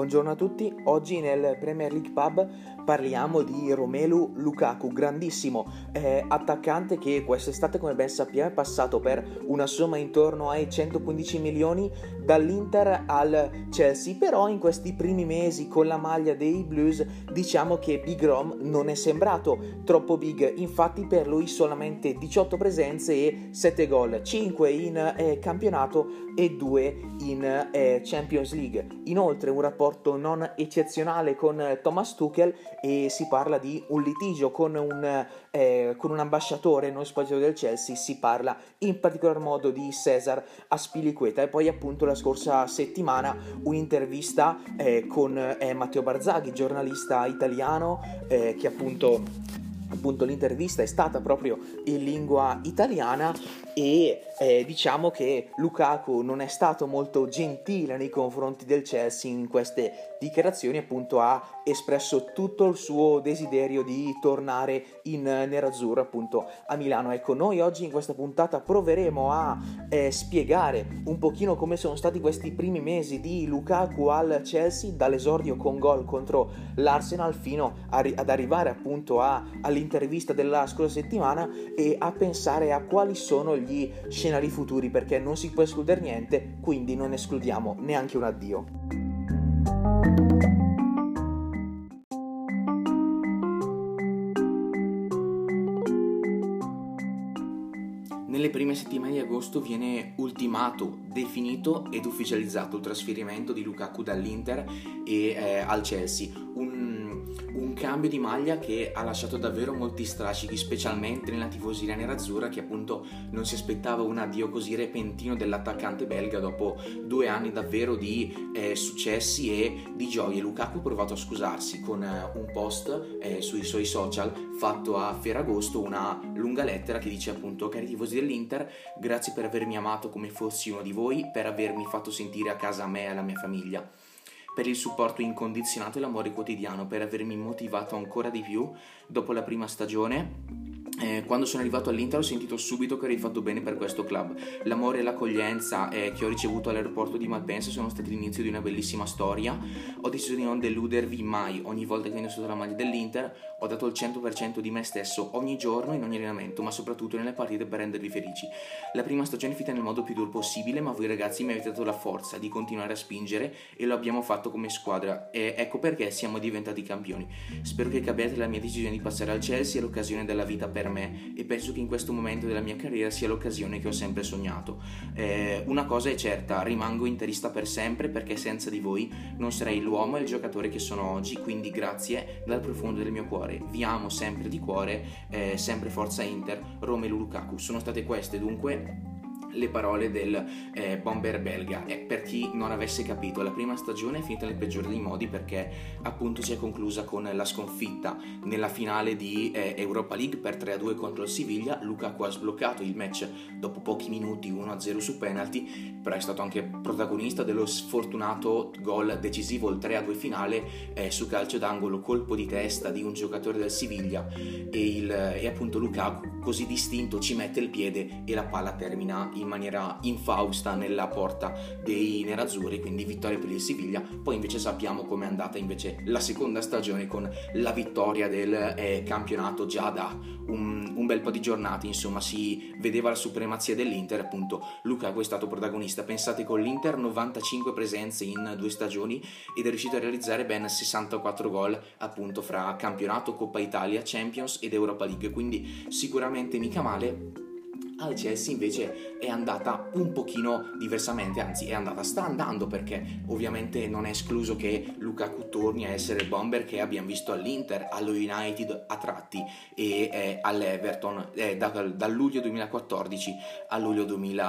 Buongiorno a tutti, oggi nel Premier League Pub parliamo di Romelu Lukaku, grandissimo attaccante che quest'estate, come ben sappiamo, è passato per una somma intorno ai 115 milioni dall'Inter al Chelsea, però in questi primi mesi con la maglia dei Blues diciamo che Big Rom non è sembrato troppo big, infatti per lui solamente 18 presenze e 7 gol, 5 in campionato e 2 in Champions League. Inoltre un rapporto non eccezionale con Thomas Tuchel e si parla di un litigio con un ambasciatore non spogliatoio del Chelsea, si parla in particolar modo di Cesar Azpilicueta. E poi appunto la scorsa settimana un'intervista con Matteo Barzaghi, giornalista italiano, che appunto l'intervista è stata proprio in lingua italiana e diciamo che Lukaku non è stato molto gentile nei confronti del Chelsea in queste dichiarazioni, appunto ha espresso tutto il suo desiderio di tornare in nerazzurro appunto a Milano. Ecco, noi oggi in questa puntata proveremo a spiegare un pochino come sono stati questi primi mesi di Lukaku al Chelsea, dall'esordio con gol contro l'Arsenal fino ad arrivare appunto all'intervista della scorsa settimana e a pensare a quali sono gli scenari futuri, perché non si può escludere niente, quindi non escludiamo neanche un addio. Nelle prime settimane di agosto viene ultimato, definito ed ufficializzato il trasferimento di Lukaku dall'Inter e al Chelsea, un cambio di maglia che ha lasciato davvero molti strascichi, specialmente nella tifoseria nerazzurra, che appunto non si aspettava un addio così repentino dell'attaccante belga dopo 2 anni davvero di successi e di gioie. Lukaku ha provato a scusarsi con un post sui suoi social fatto a Ferragosto, una lunga lettera che dice appunto: cari tifosi dell'Inter, grazie per avermi amato come fossi uno di voi, per avermi fatto sentire a casa a me e alla mia famiglia, per il supporto incondizionato e l'amore quotidiano, per avermi motivato ancora di più dopo la prima stagione. Quando sono arrivato all'Inter ho sentito subito che avrei fatto bene per questo club. L'amore e l'accoglienza che ho ricevuto all'aeroporto di Malpensa sono stati l'inizio di una bellissima storia. Ho deciso di non deludervi mai. Ogni volta che ho indossato la maglia dell'Inter ho dato il 100% di me stesso ogni giorno in ogni allenamento, ma soprattutto nelle partite, per rendervi felici. La prima stagione è finita nel modo più duro possibile, ma voi ragazzi mi avete dato la forza di continuare a spingere e lo abbiamo fatto come squadra, e ecco perché siamo diventati campioni. Spero che capiate la mia decisione di passare al Chelsea è l'occasione della vita per me, e penso che in questo momento della mia carriera sia l'occasione che ho sempre sognato. Una cosa è certa, rimango interista per sempre, perché senza di voi non sarei l'uomo e il giocatore che sono oggi, quindi grazie dal profondo del mio cuore. Vi amo sempre di cuore, sempre forza Inter, Romelu Lukaku. Sono state queste dunque le parole del bomber belga. E per chi non avesse capito, la prima stagione è finita nel peggiore dei modi, perché appunto si è conclusa con la sconfitta nella finale di Europa League per 3-2 contro il Siviglia. Lukaku ha sbloccato il match dopo pochi minuti, 1-0 su penalty, però è stato anche protagonista dello sfortunato gol decisivo, il 3-2 finale su calcio d'angolo, colpo di testa di un giocatore del Siviglia, e appunto Lukaku così distinto ci mette il piede e la palla termina in maniera infausta nella porta dei nerazzurri, quindi vittoria per il Siviglia. Poi invece sappiamo com'è andata invece la seconda stagione, con la vittoria del campionato già da un bel po' di giornate. Insomma, si vedeva la supremazia dell'Inter, appunto Lukaku è stato protagonista. Pensate, con l'Inter 95 presenze in 2 stagioni ed è riuscito a realizzare ben 64 gol appunto fra campionato, Coppa Italia, Champions ed Europa League, quindi sicuramente mica male. Al Chelsea invece è andata un pochino diversamente, anzi sta andando, perché ovviamente non è escluso che Lukaku torni a essere il bomber che abbiamo visto all'Inter, allo United a tratti e all'Everton dal luglio 2014 a luglio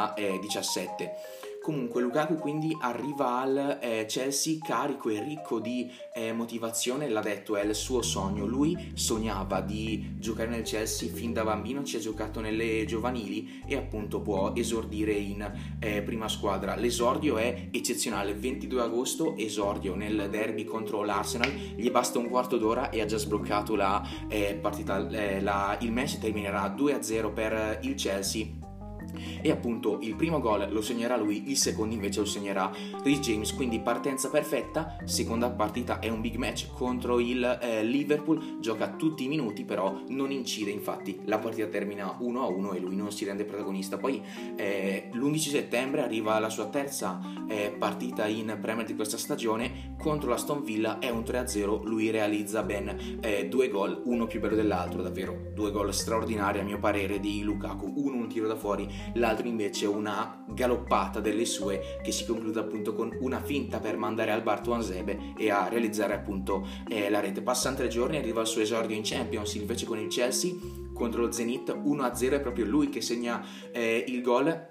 2017. Comunque Lukaku quindi arriva al Chelsea carico e ricco di motivazione. L'ha detto, è il suo sogno. Lui sognava di giocare nel Chelsea fin da bambino, ci ha giocato nelle giovanili e appunto può esordire in prima squadra. L'esordio è eccezionale, 22 agosto esordio nel derby contro l'Arsenal, gli basta un quarto d'ora e ha già sbloccato la partita. Il match terminerà 2-0 per il Chelsea e appunto il primo gol lo segnerà lui, il secondo invece lo segnerà Reece James, quindi partenza perfetta. Seconda partita è un big match contro il Liverpool, gioca tutti i minuti però non incide, infatti la partita termina 1-1 e lui non si rende protagonista. Poi l'11 settembre arriva la sua terza partita in Premier di questa stagione contro l'Aston Villa, è un 3-0, lui realizza ben 2 gol, uno più bello dell'altro, davvero 2 gol straordinari a mio parere di Lukaku, uno un tiro da fuori, l'altro invece una galoppata delle sue che si conclude appunto con una finta per mandare al bar Tuanzebe e a realizzare appunto la rete. Passano 3 giorni, arriva il suo esordio in Champions invece con il Chelsea contro lo Zenit, 1-0, è proprio lui che segna il gol.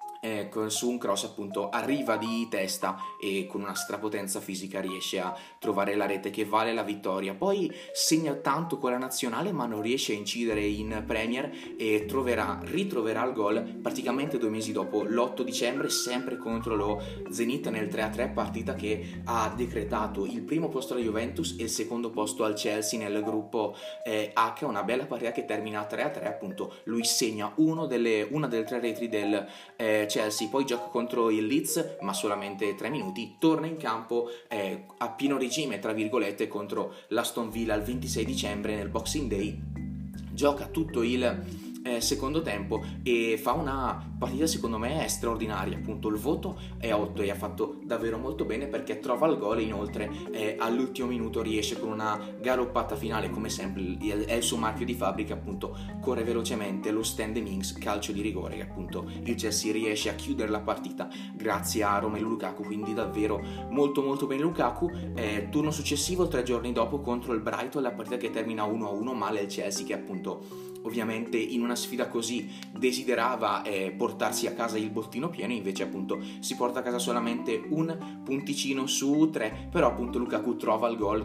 Su un cross appunto arriva di testa e con una strapotenza fisica riesce a trovare la rete che vale la vittoria. Poi segna tanto con la nazionale ma non riesce a incidere in Premier e ritroverà il gol praticamente 2 mesi dopo, l'8 dicembre, sempre contro lo Zenit nel 3-3, partita che ha decretato il primo posto alla Juventus e il secondo posto al Chelsea nel gruppo H, una bella partita che termina 3-3, appunto lui segna una delle 3 reti del Chelsea. Poi gioca contro il Leeds ma solamente 3 minuti, torna in campo a pieno regime tra virgolette contro l'Aston Villa il 26 dicembre nel Boxing Day, gioca tutto il secondo tempo e fa una partita secondo me straordinaria, appunto il voto è 8 e ha fatto davvero molto bene perché trova il gol e inoltre all'ultimo minuto riesce con una galoppata finale, come sempre è il suo marchio di fabbrica, appunto corre velocemente lo stand Mings, calcio di rigore che appunto il Chelsea riesce a chiudere la partita grazie a Romelu Lukaku, quindi davvero molto molto bene Lukaku. Turno successivo 3 giorni dopo contro il Brighton, la partita che termina 1-1, male il Chelsea che appunto ovviamente in una sfida così desiderava portarsi a casa il bottino pieno, invece appunto si porta a casa solamente un punticino su 3, però appunto Lukaku trova il gol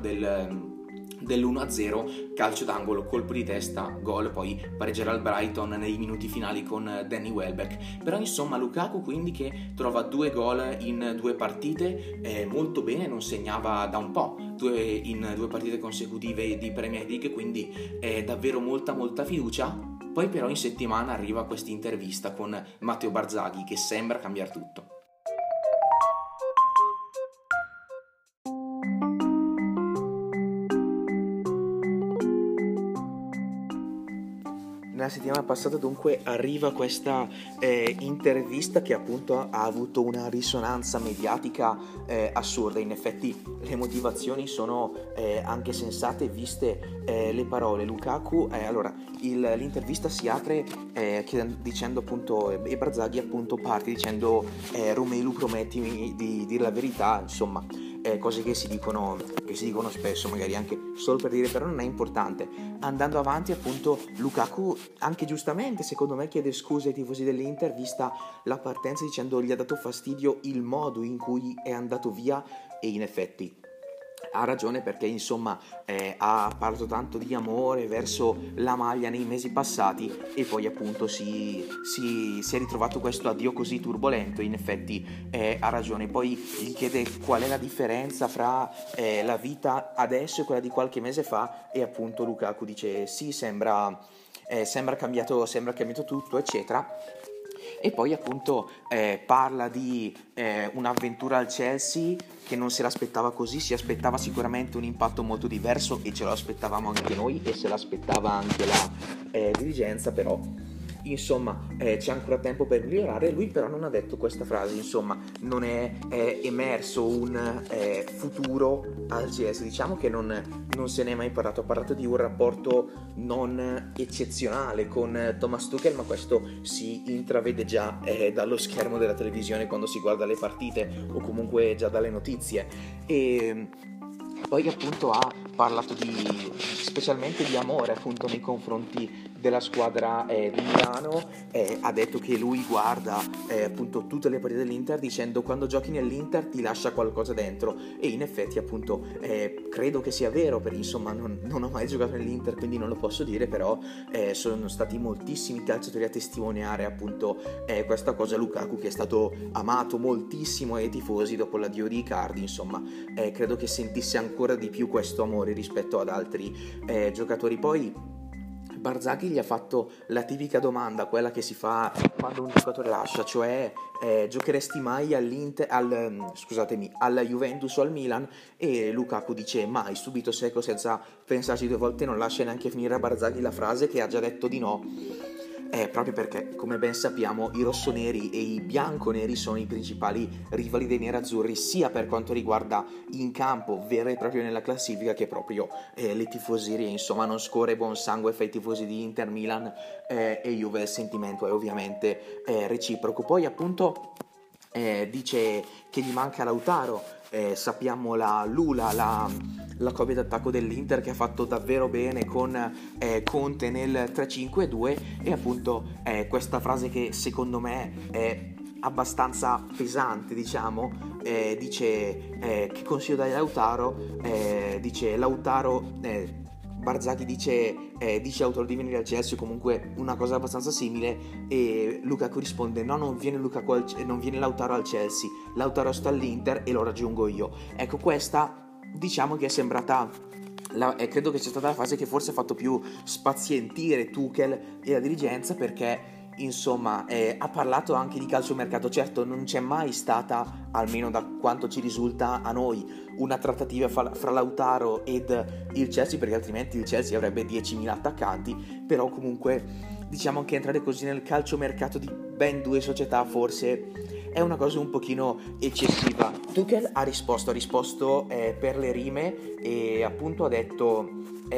dell'1-0, calcio d'angolo, colpo di testa, gol, poi pareggerà il Brighton nei minuti finali con Danny Welbeck. Però insomma Lukaku quindi che trova 2 gol in 2 partite, molto bene, non segnava da un po' in 2 partite consecutive di Premier League, quindi davvero molta fiducia. Poi però in settimana arriva questa intervista con Matteo Barzaghi che sembra cambiare tutto. Nella settimana passata dunque arriva questa intervista che appunto ha avuto una risonanza mediatica assurda. In effetti le motivazioni sono anche sensate viste le parole. Lukaku, allora l'intervista si apre dicendo appunto, e Barzaghi appunto parte dicendo Romelu promettimi di dire la verità, insomma cose che si dicono spesso, magari anche solo per dire, però non è importante. Andando avanti appunto Lukaku anche giustamente secondo me chiede scuse ai tifosi dell'Inter vista la partenza, dicendo gli ha dato fastidio il modo in cui è andato via, e in effetti ha ragione perché insomma ha parlato tanto di amore verso la maglia nei mesi passati e poi appunto si è ritrovato questo addio così turbolento. In effetti ha ragione. Poi gli chiede qual è la differenza fra la vita adesso e quella di qualche mese fa e appunto Lukaku dice sì, sembra cambiato tutto, eccetera. E poi appunto parla di un'avventura al Chelsea che non se l'aspettava così, si aspettava sicuramente un impatto molto diverso e ce lo aspettavamo anche noi e se l'aspettava anche la dirigenza, però insomma c'è ancora tempo per migliorare. Lui però non ha detto questa frase, insomma non è emerso un futuro al Chelsea, diciamo che non se ne è mai parlato. Ha parlato di un rapporto non eccezionale con Thomas Tuchel, ma questo si intravede già dallo schermo della televisione quando si guarda le partite o comunque già dalle notizie. E poi appunto ha parlato specialmente di amore appunto nei confronti della squadra di Milano. Ha detto che lui guarda appunto tutte le partite dell'Inter dicendo quando giochi nell'Inter ti lascia qualcosa dentro, e in effetti appunto credo che sia vero, perché insomma non ho mai giocato nell'Inter quindi non lo posso dire, però sono stati moltissimi calciatori a testimoniare appunto questa cosa. Lukaku che è stato amato moltissimo ai tifosi dopo l'addio di Icardi, insomma credo che sentisse ancora di più questo amore rispetto ad altri giocatori. Poi Barzaghi gli ha fatto la tipica domanda, quella che si fa quando un giocatore lascia, cioè giocheresti mai alla Juventus o al Milan? E Lukaku dice mai, subito secco, senza pensarci due volte, non lascia neanche finire a Barzaghi la frase, che ha già detto di no. Proprio perché, come ben sappiamo, i rossoneri e i bianconeri sono i principali rivali dei nerazzurri, sia per quanto riguarda in campo, vero e proprio nella classifica, che proprio le tifoserie. Insomma, non scorre buon sangue fra i tifosi di Inter, Milan e Juve. Il sentimento è ovviamente reciproco. Poi appunto dice che gli manca Lautaro. Sappiamo la Lula, la coppia d'attacco dell'Inter, che ha fatto davvero bene con Conte nel 3-5-2, e appunto questa frase che secondo me è abbastanza pesante, diciamo, dice che consiglio dai Lautaro, dice Lautaro, Barzaghi dice Lautaro di venire al Chelsea, o comunque una cosa abbastanza simile, e Lukaku risponde no, non viene Lautaro al Chelsea, Lautaro sta all'Inter e lo raggiungo io. Ecco, questa diciamo che è sembrata credo che sia stata la fase che forse ha fatto più spazientire Tuchel e la dirigenza, perché insomma ha parlato anche di calciomercato. Certo, non c'è mai stata, almeno da quanto ci risulta a noi, una trattativa fra Lautaro ed il Chelsea, perché altrimenti il Chelsea avrebbe 10.000 attaccanti. Però comunque diciamo che entrare così nel calciomercato di ben due società forse è una cosa un pochino eccessiva. Tuchel ha risposto per le rime, e appunto ha detto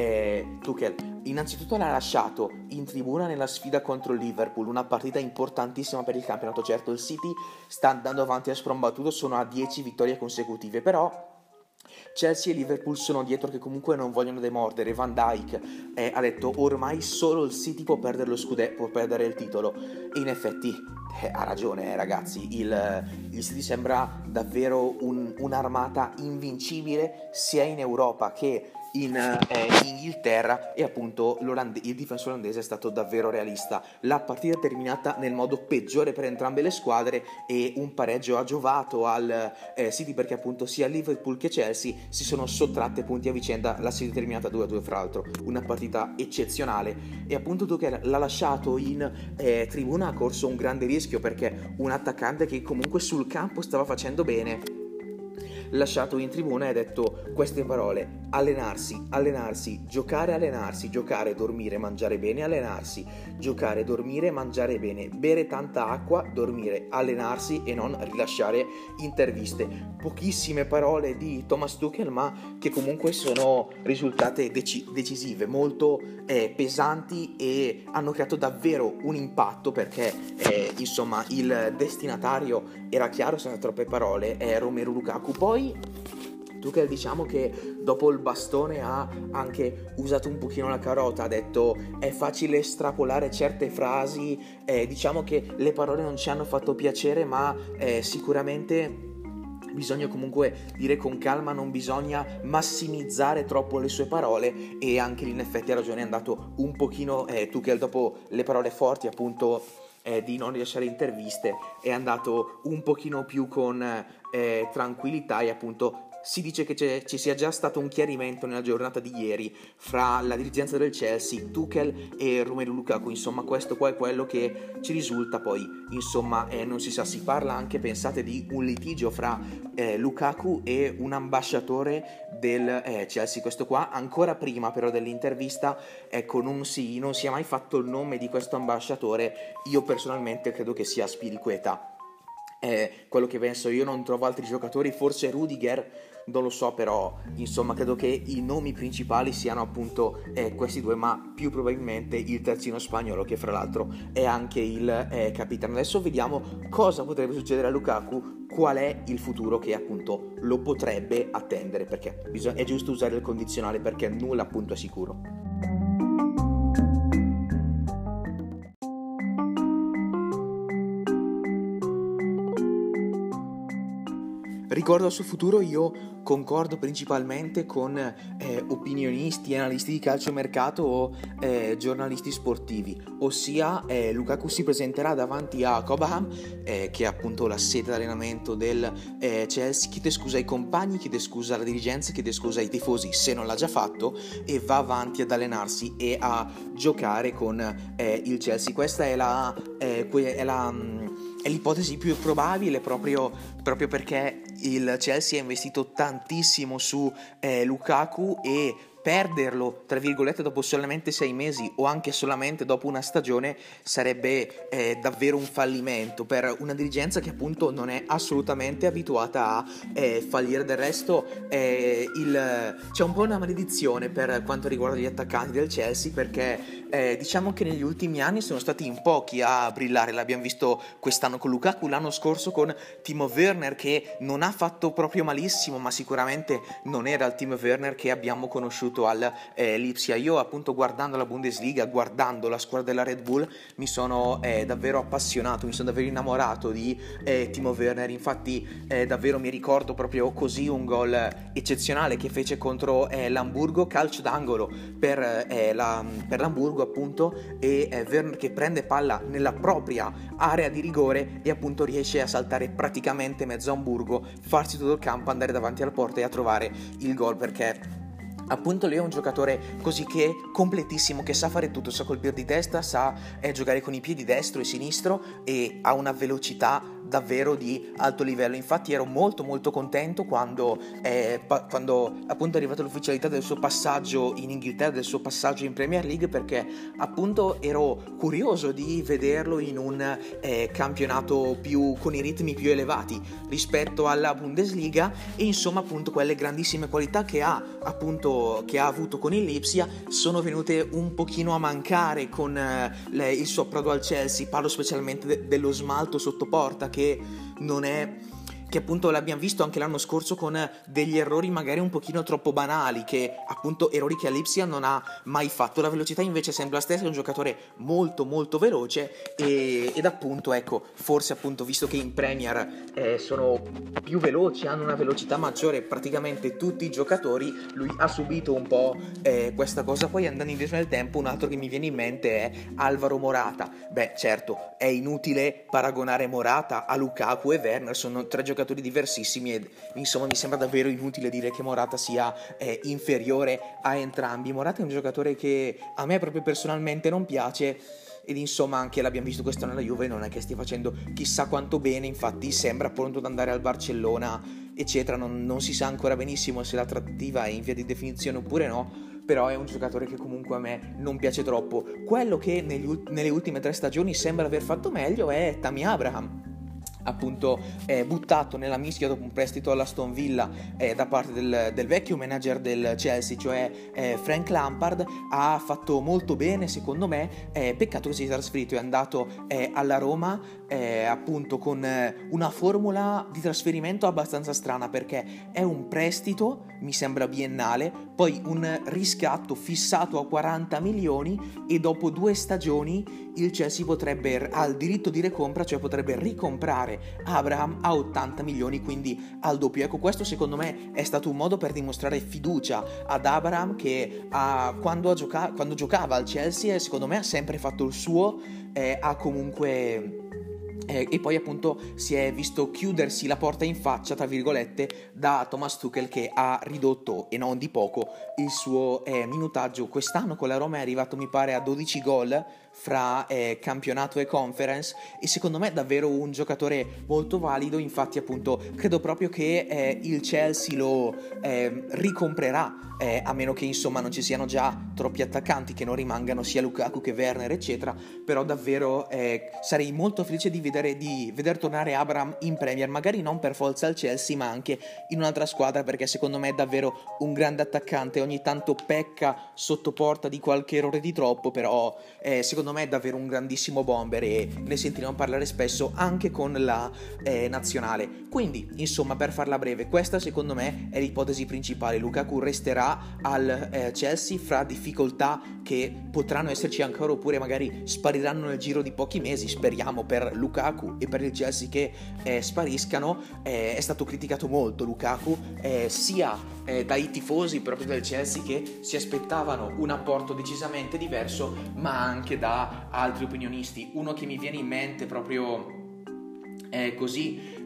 Tuchel innanzitutto l'ha lasciato in tribuna nella sfida contro il Liverpool, una partita importantissima per il campionato. Certo, il City sta andando avanti a sprombattuto, sono a 10 vittorie consecutive, però Chelsea e Liverpool sono dietro, che comunque non vogliono demordere. Van Dijk ha detto ormai solo il City può perdere lo scudetto, può perdere il titolo, e in effetti ha ragione, ragazzi. Il City sembra davvero un'armata invincibile sia in Europa che in Inghilterra, e appunto il difensore olandese è stato davvero realista. La partita è terminata nel modo peggiore per entrambe le squadre, e un pareggio ha giovato al City, perché appunto sia Liverpool che Chelsea si sono sottratte punti a vicenda. La City è terminata 2-2, fra l'altro una partita eccezionale, e appunto Tuchel l'ha lasciato in tribuna. Ha corso un grande rischio, perché un attaccante che comunque sul campo stava facendo bene, lasciato in tribuna, e ha detto queste parole: allenarsi, giocare, dormire, mangiare bene, allenarsi, giocare, dormire, mangiare bene, bere tanta acqua, dormire, allenarsi e non rilasciare interviste. Pochissime parole di Thomas Tuchel, ma che comunque sono risultate decisive, molto pesanti, e hanno creato davvero un impatto, perché insomma il destinatario era chiaro senza troppe parole, è Romelu Lukaku. Poi Tuchel, diciamo che dopo il bastone ha anche usato un pochino la carota, ha detto è facile estrapolare certe frasi, diciamo che le parole non ci hanno fatto piacere, ma sicuramente bisogna comunque dire con calma, non bisogna massimizzare troppo le sue parole, e anche lì in effetti ha ragione, è andato un pochino Tuchel, dopo le parole forti appunto di non rilasciare interviste, è andato un pochino più con tranquillità, e appunto si dice che ci sia già stato un chiarimento nella giornata di ieri fra la dirigenza del Chelsea, Tuchel e Romelu Lukaku. Insomma, questo qua è quello che ci risulta. Poi insomma non si sa, si parla anche, pensate, di un litigio fra Lukaku e un ambasciatore del Chelsea. Questo qua ancora prima però dell'intervista, ecco, non si è mai fatto il nome di questo ambasciatore. Io personalmente credo che sia Spilicueta, quello che penso io. Non trovo altri giocatori, forse Rudiger, non lo so, però insomma credo che i nomi principali siano appunto questi due, ma più probabilmente il terzino spagnolo, che fra l'altro è anche il capitano. Adesso vediamo cosa potrebbe succedere a Lukaku, qual è il futuro che appunto lo potrebbe attendere, perché è giusto usare il condizionale, perché nulla appunto è sicuro. Riguardo al suo futuro io concordo principalmente con opinionisti, analisti di calciomercato o giornalisti sportivi, ossia Lukaku si presenterà davanti a Cobham, che è appunto la sede d'allenamento del Chelsea, chiede scusa ai compagni, chiede scusa alla dirigenza, chiede scusa ai tifosi se non l'ha già fatto e va avanti ad allenarsi e a giocare con il Chelsea. Questa è l'ipotesi più probabile proprio perché il Chelsea ha investito tantissimo su Lukaku e perderlo, tra virgolette, dopo solamente 6 mesi o anche solamente dopo una stagione sarebbe davvero un fallimento per una dirigenza che appunto non è assolutamente abituata a fallire. Del resto c'è un po' una maledizione per quanto riguarda gli attaccanti del Chelsea, perché diciamo che negli ultimi anni sono stati in pochi a brillare. L'abbiamo visto quest'anno con Lukaku, l'anno scorso con Timo Werner, che non ha fatto proprio malissimo, ma sicuramente non era il Timo Werner che abbiamo conosciuto al Lipsia. Io appunto, guardando la Bundesliga, guardando la squadra della Red Bull, mi sono davvero appassionato, mi sono davvero innamorato di Timo Werner. Infatti davvero mi ricordo proprio così un gol eccezionale che fece contro l'Amburgo, calcio d'angolo per l'Amburgo appunto, e Werner che prende palla nella propria area di rigore e appunto riesce a saltare praticamente mezzo Amburgo, farsi tutto il campo, andare davanti alla porta e a trovare il gol, perché appunto lui è un giocatore così che completissimo, che sa fare tutto, sa colpire di testa, sa giocare con i piedi destro e sinistro e ha una velocità davvero di alto livello. Infatti ero molto molto contento quando appunto è arrivata l'ufficialità del suo passaggio in Inghilterra, del suo passaggio in Premier League, perché appunto ero curioso di vederlo in un campionato con i ritmi più elevati rispetto alla Bundesliga, e insomma appunto quelle grandissime qualità che ha avuto con il Lipsia sono venute un pochino a mancare con il suo approdo al Chelsea. Parlo specialmente dello smalto sotto porta, che appunto l'abbiamo visto anche l'anno scorso con degli errori magari un pochino troppo banali, che appunto errori che Lipsia non ha mai fatto. La velocità invece sembra la stessa, è un giocatore molto molto veloce ed appunto ecco, forse appunto visto che in Premier sono più veloci, hanno una velocità maggiore praticamente tutti i giocatori, lui ha subito un po' questa cosa. Poi andando indietro nel tempo, un altro che mi viene in mente è Alvaro Morata. Beh certo, è inutile paragonare Morata a Lukaku e Werner, sono tre giocatori diversissimi e insomma mi sembra davvero inutile dire che Morata sia inferiore a entrambi. Morata è un giocatore che a me proprio personalmente non piace, ed insomma anche l'abbiamo visto quest'anno alla Juve, non è che stia facendo chissà quanto bene, infatti sembra pronto ad andare al Barcellona eccetera, non si sa ancora benissimo se la trattativa è in via di definizione oppure no, però è un giocatore che comunque a me non piace troppo. Quello che nelle ultime 3 stagioni sembra aver fatto meglio è Tammy Abraham, appunto buttato nella mischia dopo un prestito all'Aston Villa da parte del vecchio manager del Chelsea, cioè Frank Lampard. Ha fatto molto bene secondo me, peccato che si sia trasferito, è andato alla Roma appunto con una formula di trasferimento abbastanza strana, perché è un prestito, mi sembra biennale, poi un riscatto fissato a 40 milioni e dopo 2 stagioni il Chelsea ha il diritto di recompra, cioè potrebbe ricomprare Abraham a 80 milioni, quindi al doppio. Ecco, questo secondo me è stato un modo per dimostrare fiducia ad Abraham, che quando giocava al Chelsea secondo me ha sempre fatto il suo, ha comunque e poi appunto si è visto chiudersi la porta in faccia, tra virgolette, da Thomas Tuchel, che ha ridotto, e non di poco, il suo minutaggio. Quest'anno con la Roma è arrivato mi pare a 12 gol fra campionato e conference, e secondo me è davvero un giocatore molto valido. Infatti appunto credo proprio che il Chelsea lo ricomprerà, a meno che insomma non ci siano già troppi attaccanti, che non rimangano sia Lukaku che Werner eccetera. Però davvero sarei molto felice di veder tornare Abraham in Premier, magari non per forza al Chelsea ma anche in un'altra squadra, perché secondo me è davvero un grande attaccante. Ogni tanto pecca sotto porta di qualche errore di troppo, però secondo me è davvero un grandissimo bomber e ne sentiremo parlare spesso anche con la nazionale. Quindi insomma, per farla breve, questa secondo me è l'ipotesi principale. Lukaku resterà al Chelsea fra difficoltà che potranno esserci ancora, oppure magari spariranno nel giro di pochi mesi, speriamo per Lukaku, Lukaku e per il Chelsea che spariscano, è stato criticato molto Lukaku, sia dai tifosi proprio del Chelsea che si aspettavano un apporto decisamente diverso, ma anche da altri opinionisti. Uno che mi viene in mente proprio così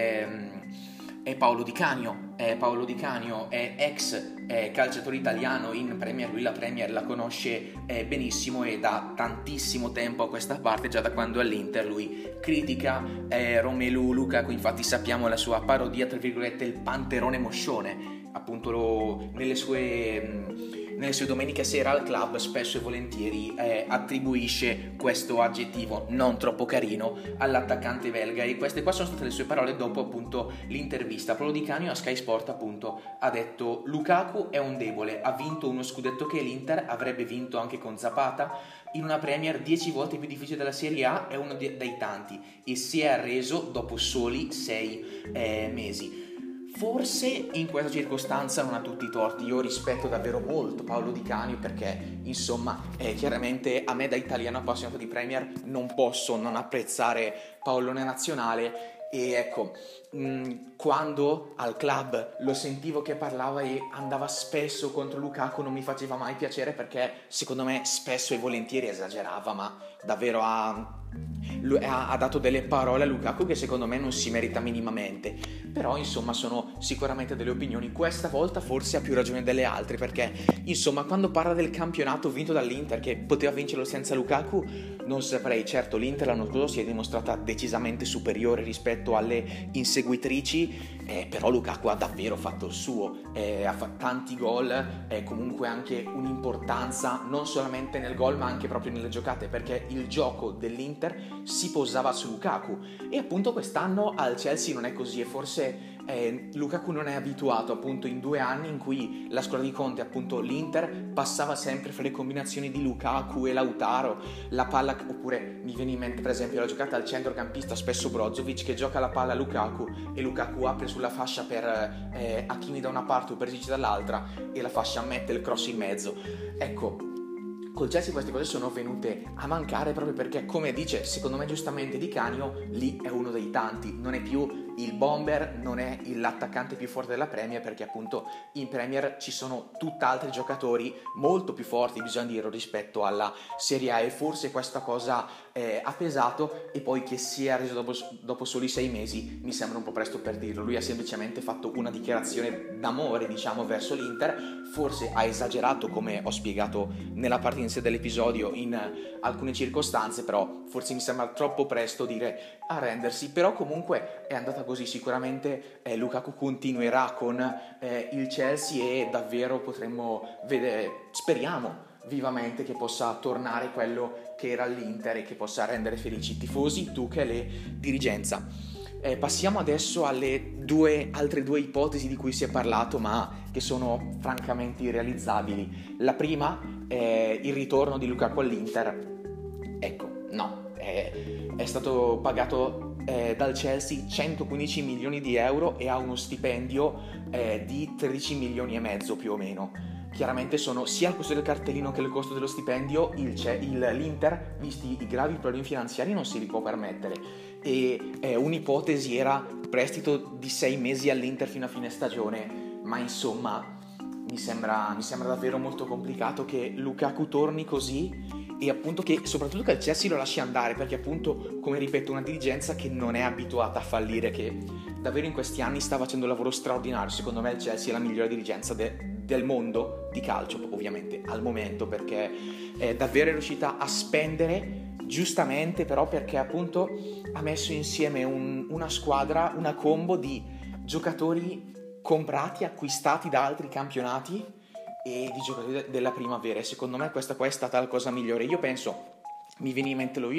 è Paolo Di Canio. Paolo Di Canio è ex calciatore italiano in Premier, lui la Premier la conosce benissimo e da tantissimo tempo a questa parte, già da quando all'Inter lui critica Romelu Lukaku. Infatti sappiamo la sua parodia, tra virgolette, il panterone moscione, appunto nelle sue domeniche sera al club spesso e volentieri attribuisce questo aggettivo non troppo carino all'attaccante belga, e queste qua sono state le sue parole dopo appunto l'intervista. Paolo Di Canio a Sky Sport appunto ha detto: Lukaku è un debole, ha vinto uno scudetto che l'Inter avrebbe vinto anche con Zapata in una Premier 10 volte più difficile della Serie A, è uno dei tanti, e si è arreso dopo soli 6 mesi. Forse in questa circostanza non ha tutti i torti. Io rispetto davvero molto Paolo Di Canio perché insomma chiaramente a me da italiano appassionato di Premier non posso non apprezzare pallone nazionale, e ecco, quando al club lo sentivo che parlava e andava spesso contro Lukaku non mi faceva mai piacere, perché secondo me spesso e volentieri esagerava, ma davvero ha dato delle parole a Lukaku che secondo me non si merita minimamente. Però insomma sono sicuramente delle opinioni. Questa volta forse ha più ragione delle altre, perché insomma quando parla del campionato vinto dall'Inter che poteva vincerlo senza Lukaku, non saprei. Certo, l'Inter l'anno scorso si è dimostrata decisamente superiore rispetto alle inseguitrici, però Lukaku ha davvero fatto il suo, ha fatto tanti gol, comunque anche un'importanza non solamente nel gol ma anche proprio nelle giocate, perché il gioco dell'Inter si posava su Lukaku, e appunto quest'anno al Chelsea non è così, e forse Lukaku non è abituato appunto in 2 anni in cui la squadra di Conte, appunto l'Inter, passava sempre fra le combinazioni di Lukaku e Lautaro la palla, oppure mi viene in mente per esempio la giocata al centrocampista spesso Brozovic che gioca la palla a Lukaku e Lukaku apre sulla fascia per Hakimi da una parte o Perisic dall'altra e la fascia mette il cross in mezzo. Ecco, col Chelsea queste cose sono venute a mancare proprio perché, come dice secondo me giustamente Di Canio, lì è uno dei tanti, non è più il bomber, non è l'attaccante più forte della Premier, perché appunto in Premier ci sono tutt'altri giocatori molto più forti, bisogna dirlo, rispetto alla Serie A, e forse questa cosa ha pesato. E poi che si è arreso dopo soli 6 mesi mi sembra un po' presto per dirlo. Lui ha semplicemente fatto una dichiarazione d'amore, diciamo, verso l'Inter, forse ha esagerato come ho spiegato nella parte iniziale dell'episodio in alcune circostanze, però forse mi sembra troppo presto dire arrendersi. Però comunque è andata così. Sicuramente Lukaku continuerà con il Chelsea e davvero potremmo vedere, speriamo vivamente che possa tornare quello che era l'Inter e che possa rendere felici i tifosi, Tuchel e dirigenza. Passiamo adesso alle altre due ipotesi di cui si è parlato ma che sono francamente irrealizzabili. La prima è il ritorno di Lukaku all'Inter. Ecco, no, è stato pagato dal Chelsea 115 milioni di euro e ha uno stipendio di 13 milioni e mezzo più o meno. Chiaramente sono sia il costo del cartellino che il costo dello stipendio. L'Inter, visti i gravi problemi finanziari, non si li può permettere, e un'ipotesi era prestito di 6 mesi all'Inter fino a fine stagione, ma insomma mi sembra davvero molto complicato che Lukaku torni così, e appunto che soprattutto che il Chelsea lo lasci andare, perché appunto, come ripeto, una dirigenza che non è abituata a fallire, che davvero in questi anni sta facendo un lavoro straordinario. Secondo me il Chelsea è la migliore dirigenza del mondo di calcio, ovviamente al momento, perché è davvero riuscita a spendere giustamente, però perché appunto ha messo insieme una squadra, una combo di giocatori comprati, acquistati da altri campionati e di giocatori della primavera, e secondo me questa qua è stata la cosa migliore. Io penso, mi viene in mente lo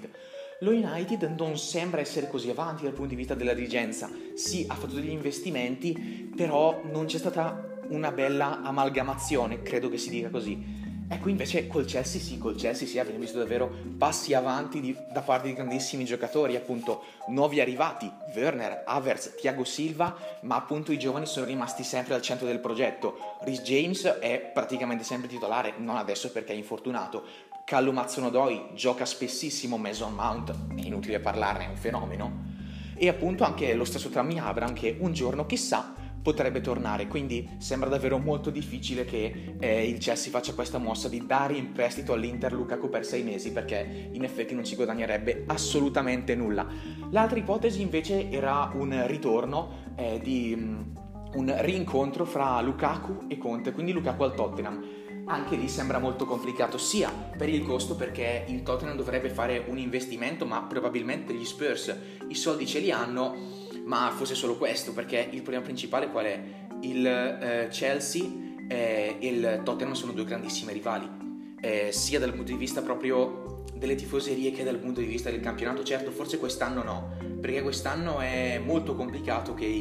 United non sembra essere così avanti dal punto di vista della dirigenza. Sì, ha fatto degli investimenti, però non c'è stata una bella amalgamazione, credo che si dica così. Ecco, invece col Chelsea sì, abbiamo visto davvero passi avanti da parte di grandissimi giocatori, appunto nuovi arrivati, Werner, Havertz, Thiago Silva, ma appunto i giovani sono rimasti sempre al centro del progetto. Reece James è praticamente sempre titolare, non adesso perché è infortunato. Callum Hudson-Odoi gioca spessissimo, Mason Mount è inutile parlarne, è un fenomeno, e appunto anche lo stesso Tammy Abraham che un giorno chissà potrebbe tornare, quindi sembra davvero molto difficile che il Chelsea faccia questa mossa di dare in prestito all'Inter Lukaku per 6 mesi, perché in effetti non ci guadagnerebbe assolutamente nulla. L'altra ipotesi invece era un ritorno un rincontro fra Lukaku e Conte, quindi Lukaku al Tottenham. Anche lì sembra molto complicato, sia per il costo, perché il Tottenham dovrebbe fare un investimento, ma probabilmente gli Spurs i soldi ce li hanno, ma fosse solo questo, perché il problema principale qual è? Il Chelsea e il Tottenham sono due grandissime rivali, sia dal punto di vista proprio delle tifoserie che dal punto di vista del campionato. Certo, forse quest'anno no, perché quest'anno è molto complicato che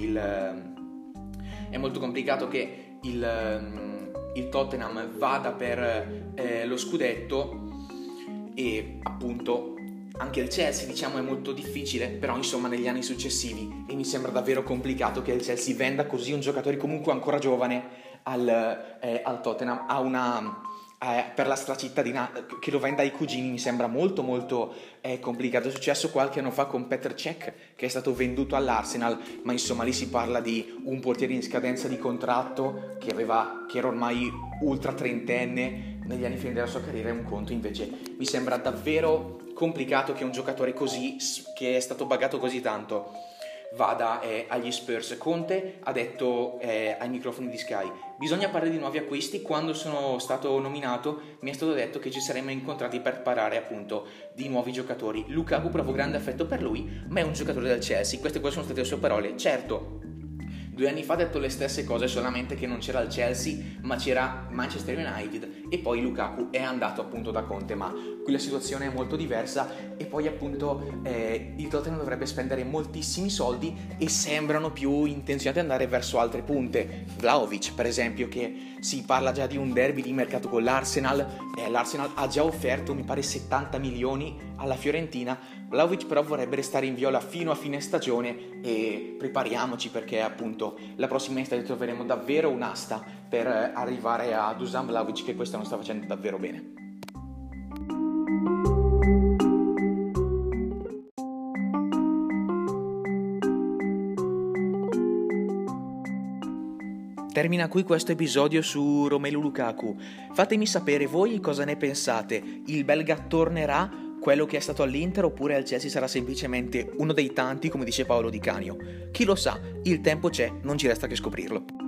il Tottenham vada per lo scudetto, e appunto anche il Chelsea è molto difficile, però insomma negli anni successivi, e mi sembra davvero complicato che il Chelsea venda così un giocatore comunque ancora giovane al Tottenham per la stracittadina, che lo venda ai cugini. Mi sembra molto molto complicato. È successo qualche anno fa con Petr Cech, che è stato venduto all'Arsenal, ma insomma lì si parla di un portiere in scadenza di contratto che era ormai ultra trentenne negli anni finali della sua carriera, è un conto. Invece mi sembra davvero complicato che un giocatore così, che è stato pagato così tanto, vada agli Spurs. Conte ha detto ai microfoni di Sky: bisogna parlare di nuovi acquisti. Quando sono stato nominato mi è stato detto che ci saremmo incontrati per parlare appunto di nuovi giocatori. Lukaku, provo grande affetto per lui, ma è un giocatore del Chelsea. Queste sono state le sue parole. Certo, 2 anni fa ha detto le stesse cose, solamente che non c'era il Chelsea ma c'era Manchester United, e poi Lukaku è andato appunto da Conte, ma qui la situazione è molto diversa. E poi appunto il Tottenham dovrebbe spendere moltissimi soldi e sembrano più intenzionati ad andare verso altre punte. Vlahovic per esempio, che si parla già di un derby di mercato con l'Arsenal, l'Arsenal ha già offerto mi pare 70 milioni alla Fiorentina. Vlahovic però vorrebbe restare in viola fino a fine stagione, e prepariamoci, perché appunto la prossima estate troveremo davvero un'asta per arrivare a Dusan Vlahovic, che quest'anno sta facendo davvero bene. Termina qui questo episodio su Romelu Lukaku. Fatemi sapere voi cosa ne pensate. Il belga tornerà, quello che è stato all'Inter, oppure al Chelsea sarà semplicemente uno dei tanti, come dice Paolo Di Canio? Chi lo sa, il tempo c'è, non ci resta che scoprirlo.